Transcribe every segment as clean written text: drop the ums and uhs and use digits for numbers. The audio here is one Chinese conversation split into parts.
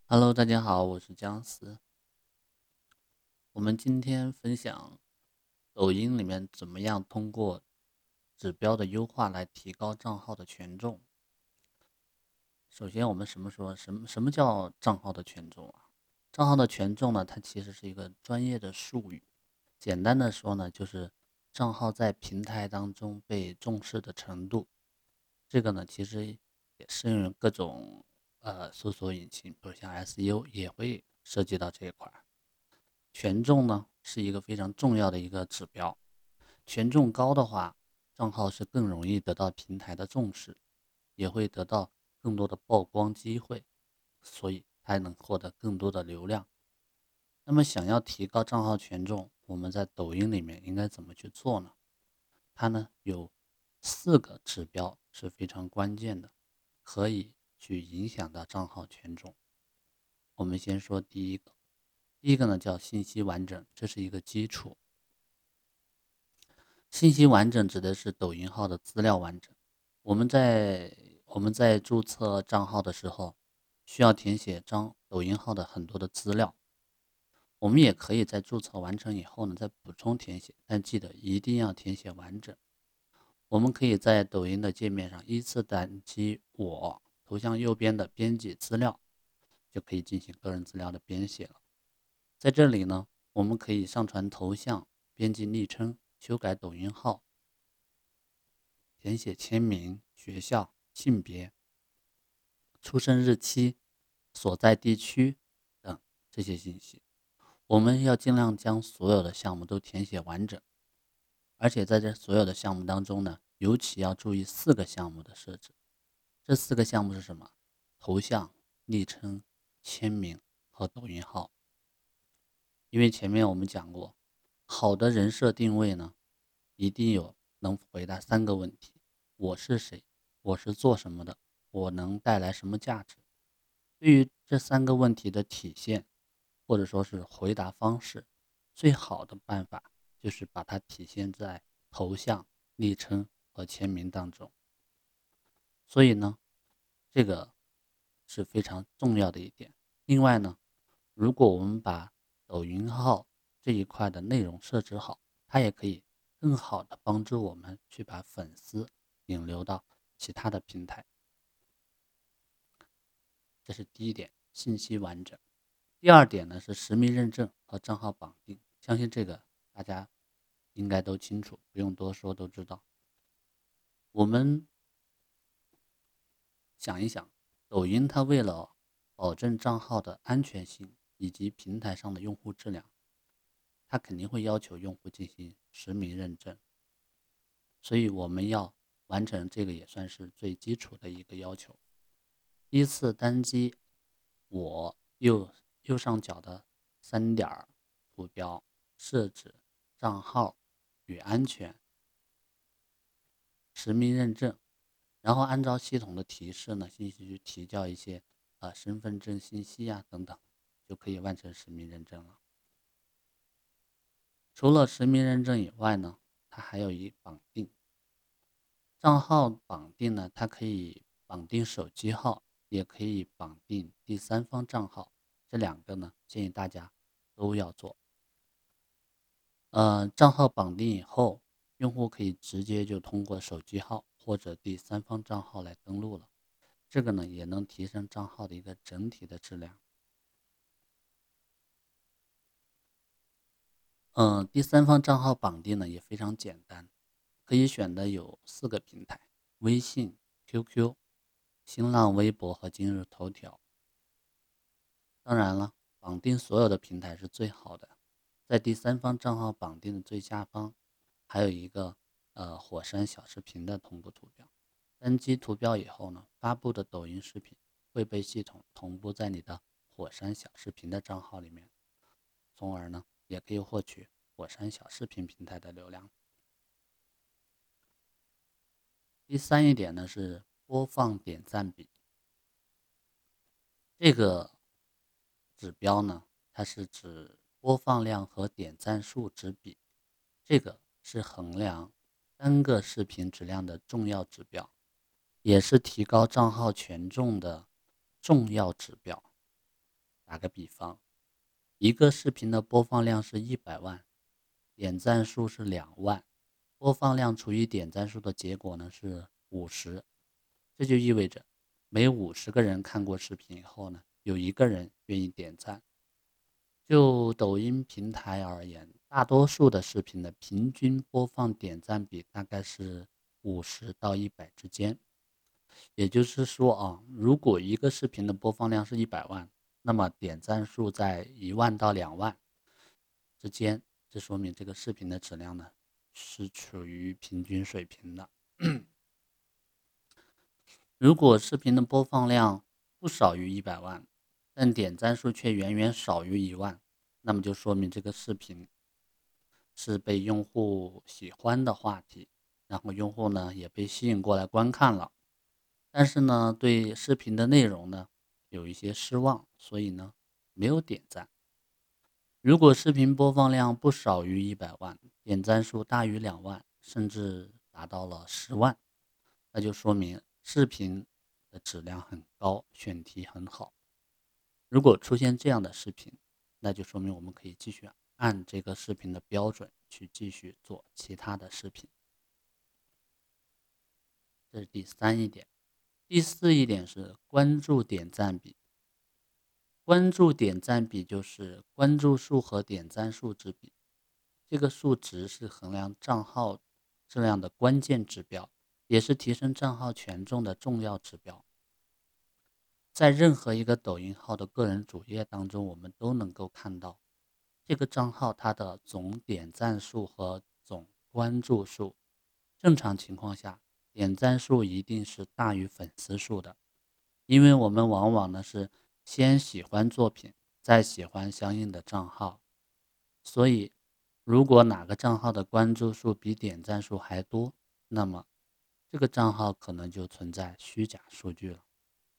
Hello，大家好，我是姜思。我们今天分享抖音里面怎么样通过指标的优化来提高账号的权重。首先，我们什么叫账号的权重啊？账号的权重呢，它其实是一个专业的术语。简单的说呢，就是账号在平台当中被重视的程度。这个呢，其实也适用于各种搜索引擎，比如像 SEO 也会涉及到这一块儿。权重呢是一个非常重要的一个指标，权重高的话，账号是更容易得到平台的重视，也会得到更多的曝光机会，所以还能获得更多的流量。那么想要提高账号权重，我们在抖音里面应该怎么去做呢？它呢有4个指标是非常关键的，可以去影响到账号权重。我们先说第一个呢叫信息完整，这是一个基础。信息完整指的是抖音号的资料完整。我们在注册账号的时候，需要填写抖音号的很多的资料。我们也可以在注册完成以后呢，再补充填写，但记得一定要填写完整。我们可以在抖音的界面上依次点击我头像右边的编辑资料，就可以进行个人资料的编写了。在这里呢，我们可以上传头像、编辑昵称、修改抖音号、填写签名、学校、性别、出生日期、所在地区等这些信息。我们要尽量将所有的项目都填写完整，而且在这所有的项目当中呢，尤其要注意4个项目的设置。这4个项目是什么？头像、昵称、签名和抖音号。因为前面我们讲过，好的人设定位呢，一定能回答3个问题：我是谁？我是做什么的？我能带来什么价值？对于这3个问题的体现，或者说是回答方式，最好的办法就是把它体现在头像、昵称和签名当中。所以呢，这个是非常重要的一点。另外呢，如果我们把抖音号这一块的内容设置好，它也可以更好的帮助我们去把粉丝引流到其他的平台。这是第一点，信息完整。第二点呢是实名认证和账号绑定，相信这个大家应该都清楚，不用多说都知道。我们想一想，抖音它为了保证账号的安全性以及平台上的用户质量，它肯定会要求用户进行实名认证，所以我们要完成这个也算是最基础的一个要求。依次单击我右上角的3点图标，设置账号与安全实名认证，然后按照系统的提示呢，信息去提交一些身份证信息啊等等，就可以完成实名认证了。除了实名认证以外呢，它还有一绑定。账号绑定呢，它可以绑定手机号，也可以绑定第三方账号，这2个呢，建议大家都要做。账号绑定以后，用户可以直接就通过手机号或者第三方账号来登录了，这个呢也能提升账号的一个整体的质量。第三方账号绑定呢也非常简单，可以选的有4个平台：微信、QQ、新浪微博和今日头条。当然了，绑定所有的平台是最好的。在第三方账号绑定的最下方，还有一个火山小视频的同步图标。单击图标以后呢，发布的抖音视频会被系统同步在你的火山小视频的账号里面，从而呢也可以获取火山小视频平台的流量。第三一点呢是播放点赞比，这个指标呢，它是指播放量和点赞数之比，这个是衡量单个视频质量的重要指标，也是提高账号权重的重要指标。 打个比方，一个视频的播放量是100万，点赞数是2万，播放量除以点赞数的结果呢是50，这就意味着每50个人看过视频以后呢，有1个人愿意点赞。就抖音平台而言，大多数的视频的平均播放点赞比大概是50到100之间。也就是说啊，如果一个视频的播放量是100万，那么点赞数在1万到2万之间，这说明这个视频的质量呢是处于平均水平的。如果视频的播放量不少于100万，但点赞数却远远少于1万，那么就说明这个视频是被用户喜欢的话题，然后用户呢也被吸引过来观看了。但是呢，对视频的内容呢有一些失望，所以呢没有点赞。如果视频播放量不少于100万，点赞数大于2万，甚至达到了10万，那就说明视频的质量很高，选题很好。如果出现这样的视频，那就说明我们可以继续按这个视频的标准去继续做其他的视频。这是第3一点。第4一点是关注点赞比。关注点赞比就是关注数和点赞数之比。这个数值是衡量账号质量的关键指标，也是提升账号权重的重要指标。在任何一个抖音号的个人主页当中，我们都能够看到这个账号它的总点赞数和总关注数。正常情况下，点赞数一定是大于粉丝数的，因为我们往往呢是先喜欢作品，再喜欢相应的账号。所以如果哪个账号的关注数比点赞数还多，那么这个账号可能就存在虚假数据了。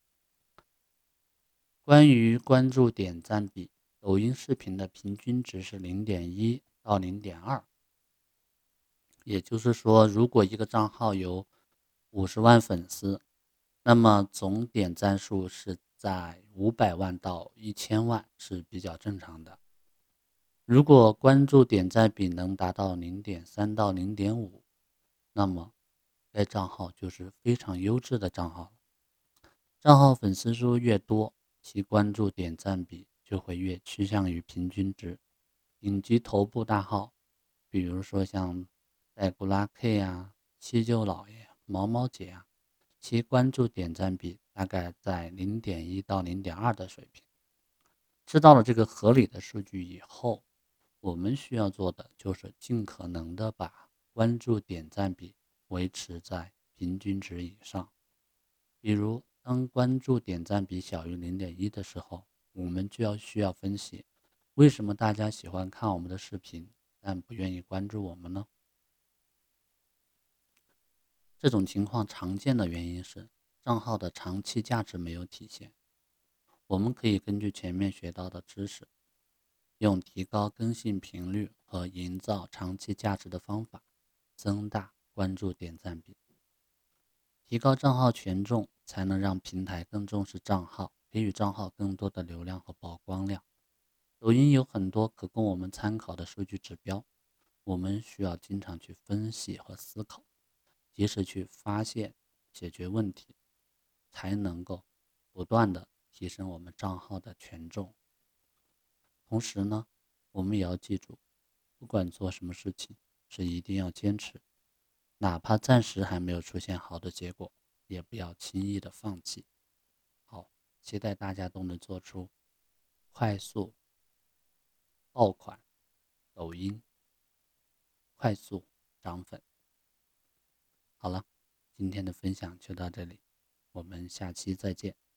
关于关注点赞比，抖音视频的平均值是 0.1 到 0.2， 也就是说，如果一个账号有50万粉丝，那么总点赞数是在500万到1000万是比较正常的。如果关注点赞比能达到 0.3 到 0.5， 那么该账号就是非常优质的账号了。账号粉丝数越多，其关注点赞比就会越趋向于平均值。顶级头部大号，比如说像黛古拉 K 啊、七舅老爷、毛毛姐啊，其关注点赞比大概在 0.1 到 0.2的水平。知道了这个合理的数据以后，我们需要做的就是尽可能的把关注点赞比维持在平均值以上。比如当关注点赞比小于 0.1 的时候，我们就需要分析为什么大家喜欢看我们的视频，但不愿意关注我们呢？这种情况常见的原因是账号的长期价值没有体现。我们可以根据前面学到的知识，用提高更新频率和营造长期价值的方法，增大关注点赞比。提高账号权重，才能让平台更重视账号，给予账号更多的流量和曝光量。抖音有很多可供我们参考的数据指标，我们需要经常去分析和思考，及时去发现、解决问题，才能够不断的提升我们账号的权重。同时呢，我们也要记住，不管做什么事情，是一定要坚持，哪怕暂时还没有出现好的结果，也不要轻易的放弃。好，期待大家都能做出快速爆款抖音，快速涨粉。好了，今天的分享就到这里，我们下期再见。